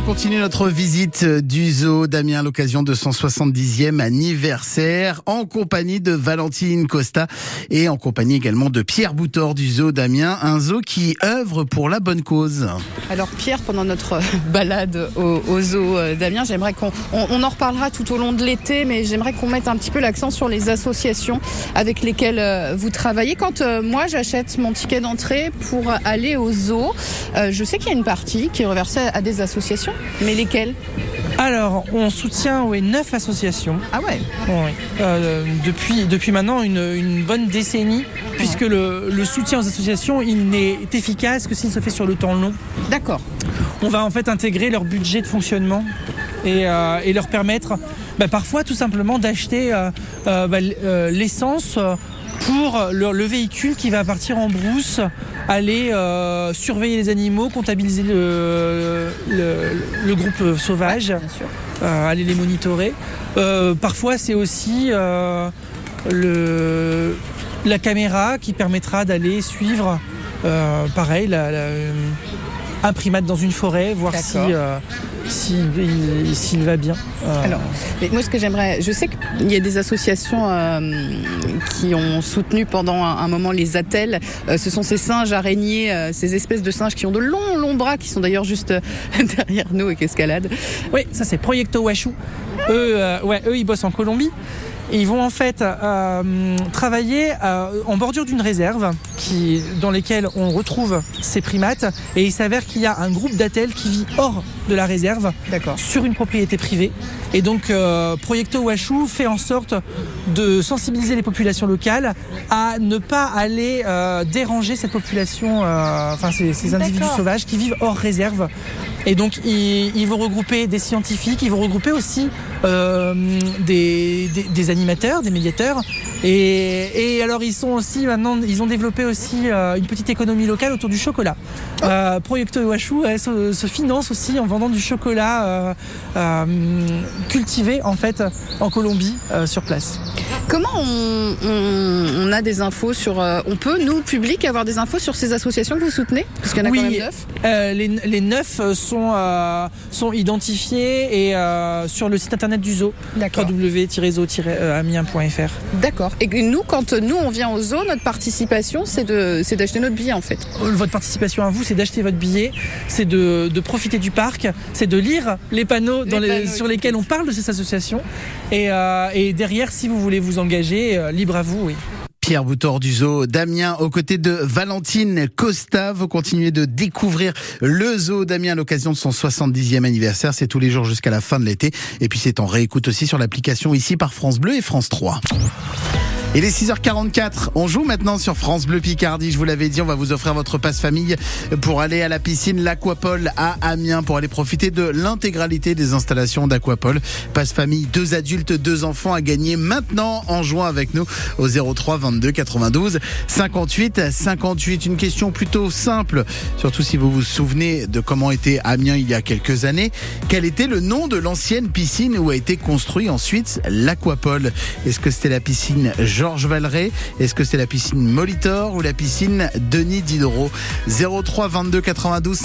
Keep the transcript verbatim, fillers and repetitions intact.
continue notre visite du zoo d'Amiens à l'occasion de son soixante-dixième anniversaire en compagnie de Valentine Costa et en compagnie également de Pierre Boutor du zoo d'Amiens, un zoo qui œuvre pour la bonne cause. Alors Pierre, pendant notre balade au, au zoo d'Amiens, j'aimerais qu'on on, on en reparlera tout au long de l'été, mais j'aimerais qu'on mette un petit peu l'accent sur les associations avec lesquelles vous travaillez. Quand euh, moi j'achète mon ticket d'entrée pour aller au zoo, euh, je sais qu'il y a une partie qui est reversée à des associations, mais lesquelles ? Alors, on soutient oui, neuf associations. Ah ouais Oui. Euh, depuis, depuis maintenant une, une bonne décennie, puisque le, le soutien aux associations, il n'est efficace que s'il se fait sur le temps long. D'accord. On va en fait intégrer leur budget de fonctionnement et, euh, et leur permettre bah, parfois tout simplement d'acheter euh, euh, bah, euh, l'essence pour le, le véhicule qui va partir en brousse, aller euh, surveiller les animaux, comptabiliser le, le, le groupe sauvage, euh, aller les monitorer. Euh, parfois c'est aussi euh, le, la caméra qui permettra d'aller suivre euh, pareil la, la, un primate dans une forêt, voir si, euh, si, il, s'il va bien. Euh... Alors, mais moi ce que j'aimerais, je sais qu'il y a des associations euh, qui ont soutenu pendant un, un moment les attelles. Euh, ce sont ces singes araignées, euh, ces espèces de singes qui ont de longs longs bras, qui sont d'ailleurs juste euh, derrière nous et qui escaladent. Oui, ça c'est Proyecto Washu. Eux, euh, ouais, eux ils bossent en Colombie. Et ils vont en fait euh, travailler euh, en bordure d'une réserve qui, dans laquelle on retrouve ces primates. Et il s'avère qu'il y a un groupe d'attelles qui vit hors de la réserve, D'accord. sur une propriété privée. Et donc euh, Proyecto Washu fait en sorte de sensibiliser les populations locales à ne pas aller euh, déranger cette population, euh, enfin ces, ces individus D'accord. sauvages qui vivent hors réserve. Et donc ils, ils vont regrouper des scientifiques, ils vont regrouper aussi euh, des, des, des animateurs, des médiateurs. Et, et alors ils sont aussi maintenant, ils ont développé aussi euh, une petite économie locale autour du chocolat. Oh. Euh, Proyecto Washu euh, se, se finance aussi en vendant du chocolat euh, euh, cultivé en fait en Colombie euh, sur place. Comment on, on, on a des infos sur... Euh, on peut, nous, public, avoir des infos sur ces associations que vous soutenez ? Parce qu'il y en a oui, quand même neuf. Euh, les, les neuf sont, euh, sont identifiés et euh, sur le site internet du zoo, w w w tiret zoo tiret amiens point f r. D'accord. Et nous, quand nous, on vient au zoo, notre participation, c'est, de, c'est d'acheter notre billet, en fait. Votre participation à vous, c'est d'acheter votre billet, c'est de, de profiter du parc, c'est de lire les panneaux, les dans les, panneaux sur lesquels on parle de ces associations. Et, euh, et derrière, si vous voulez vous engager, euh, libre à vous, oui. Pierre Boutor du zoo d'Amiens aux côtés de Valentine Costa. Vous continuez de découvrir le zoo d'Amiens à l'occasion de son soixante-dixième anniversaire. C'est tous les jours jusqu'à la fin de l'été. Et puis c'est en réécoute aussi sur l'application ici par France Bleu et France trois. Il est six heures quarante-quatre, on joue maintenant sur France Bleu Picardie. Je vous l'avais dit, on va vous offrir votre passe famille pour aller à la piscine L'Aquapole à Amiens, pour aller profiter de l'intégralité des installations d'Aquapole. Passe famille, deux adultes, deux enfants à gagner maintenant en jouant avec nous au zéro trois vingt-deux quatre-vingt-douze cinquante-huit cinquante-huit. Une question plutôt simple, surtout si vous vous souvenez de comment était Amiens il y a quelques années. Quel était le nom de l'ancienne piscine où a été construit ensuite l'Aquapole ? Est-ce que c'était la piscine Georges Valeret? Est-ce que c'est la piscine Molitor ou la piscine Denis Diderot? zéro trois vingt-deux quatre-vingt-douze